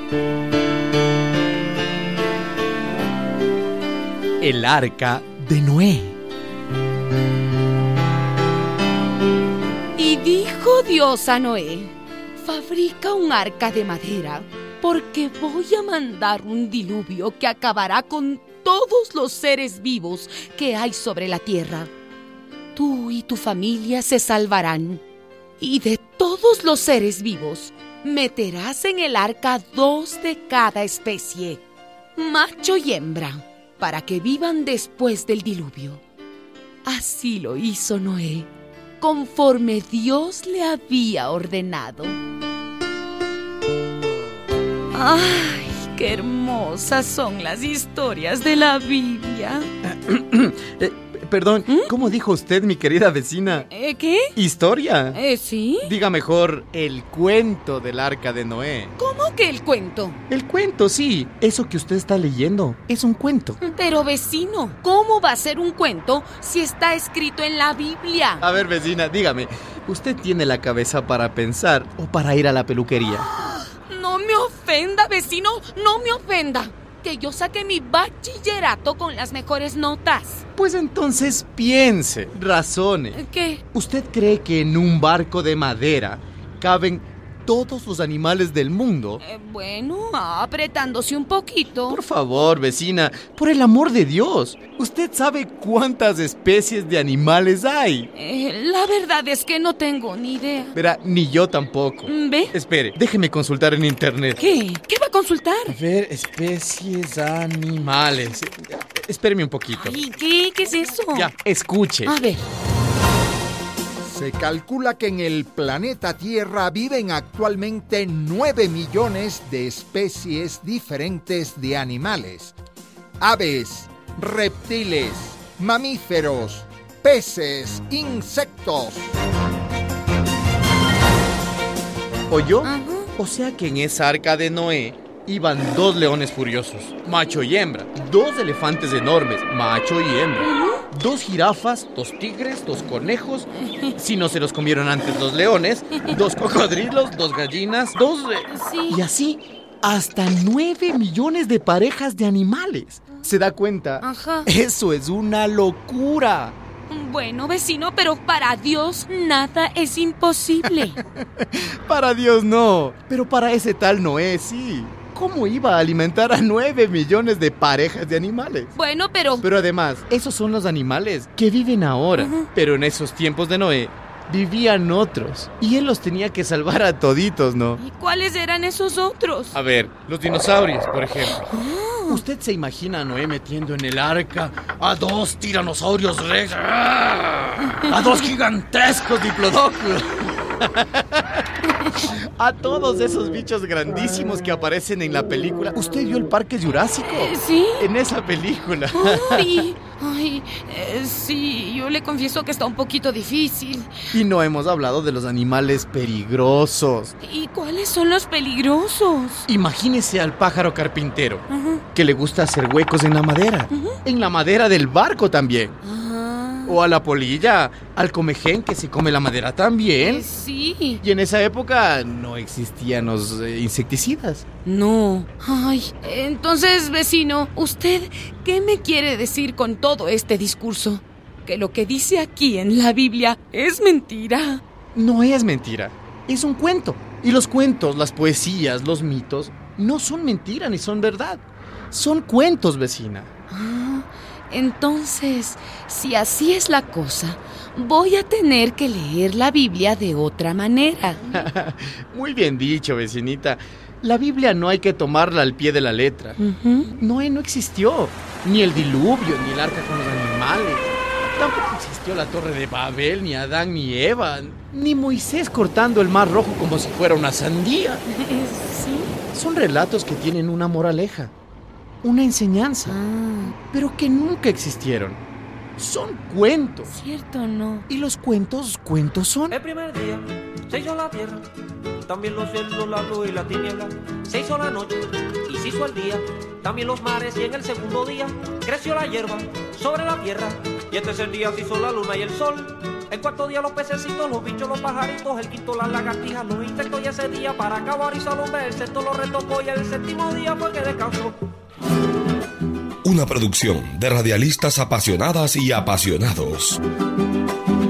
El arca de Noé. Y dijo Dios a Noé: fabrica un arca de madera, porque voy a mandar un diluvio que acabará con todos los seres vivos que hay sobre la tierra. Tú y tu familia se salvarán, y de todos los seres vivos meterás en el arca 2 de cada especie, macho y hembra, para que vivan después del diluvio. Así lo hizo Noé, conforme Dios le había ordenado. ¡Ay, qué hermosas son las historias de la Biblia! Perdón, ¿cómo dijo usted, mi querida vecina? ¿Qué? ¿Historia? ¿Sí? Diga mejor, el cuento del arca de Noé. ¿Cómo que el cuento? El cuento, sí. Eso que usted está leyendo es un cuento. Pero vecino, ¿cómo va a ser un cuento si está escrito en la Biblia? A ver, vecina, dígame, ¿usted tiene la cabeza para pensar o para ir a la peluquería? No me ofenda, vecino, no me ofenda. Que yo saque mi bachillerato con las mejores notas. Pues entonces piense, razone. ¿Qué? ¿Usted cree que en un barco de madera caben todos los animales del mundo? Bueno, apretándose un poquito. Por favor, vecina, por el amor de Dios, ¿usted sabe cuántas especies de animales hay? La verdad es que no tengo ni idea. Verá, ni yo tampoco. ¿Ve? Espere, déjeme consultar en internet. ¿Qué? ¿Qué va a consultar? A ver, especies animales. Espéreme un poquito. Ay, ¿qué es eso? Ya, escuche. A ver. Se calcula que en el planeta Tierra viven actualmente 9 millones de especies diferentes de animales. Aves, reptiles, mamíferos, peces, insectos. ¿Oyó? Ajá. O sea que en esa arca de Noé iban 2 leones furiosos, macho y hembra, 2 elefantes enormes, macho y hembra, 2 jirafas, 2 tigres, 2 conejos, si no se los comieron antes los leones, 2 cocodrilos, 2 gallinas, 2... Sí. Y así, hasta 9 millones de parejas de animales. ¿Se da cuenta? Ajá. Eso es una locura. Bueno, vecino, pero para Dios nada es imposible. Para Dios no, pero para ese tal Noé sí. ¿Cómo iba a alimentar a 9 millones de parejas de animales? Bueno, pero... Pero además, esos son los animales que viven ahora. Ajá. Pero en esos tiempos de Noé vivían otros. Y él los tenía que salvar a toditos, ¿no? ¿Y cuáles eran esos otros? A ver, los dinosaurios, por ejemplo. ¿Usted se imagina a Noé metiendo en el arca a 2 tiranosaurios rex? A 2 gigantescos diplodocus. A todos esos bichos grandísimos que aparecen en la película. ¿Usted vio el Parque Jurásico? ¿Sí? En esa película. Ay, sí, yo le confieso que está un poquito difícil. Y no hemos hablado de los animales peligrosos. ¿Y cuáles son los peligrosos? Imagínese al pájaro carpintero, Ajá. que le gusta hacer huecos en la madera. En la madera del barco también. O a la polilla, al comején que se come la madera también. Sí. Y en esa época no existían los insecticidas. No. Ay, entonces, vecino, ¿usted qué me quiere decir con todo este discurso? ¿Que lo que dice aquí en la Biblia es mentira? No es mentira, es un cuento. Y los cuentos, las poesías, los mitos, no son mentira ni son verdad. Son cuentos, vecina. Entonces, si así es la cosa, voy a tener que leer la Biblia de otra manera. Muy bien dicho, vecinita. La Biblia no hay que tomarla al pie de la letra. Noé no existió. Ni el diluvio, ni el arca con los animales. Tampoco existió la Torre de Babel, ni Adán, ni Eva. Ni Moisés cortando el Mar Rojo como si fuera una sandía. Sí. Son relatos que tienen una moraleja, una enseñanza, pero que nunca existieron. Son cuentos. Cierto, no. Y los cuentos son. El primer día se hizo la tierra, también los cielos, la luz y la tiniebla. Se hizo la noche y se hizo el día, también los mares, y en el segundo día creció la hierba sobre la tierra. Y el tercer día se hizo la luna y el sol, El cuarto día los pececitos, los bichos, los pajaritos. El quinto las lagartijas, los insectos. Y ese día para acabar hizo al hombre. El sexto lo retocó y el séptimo día fue que descansó. Una producción de radialistas apasionadas y apasionados.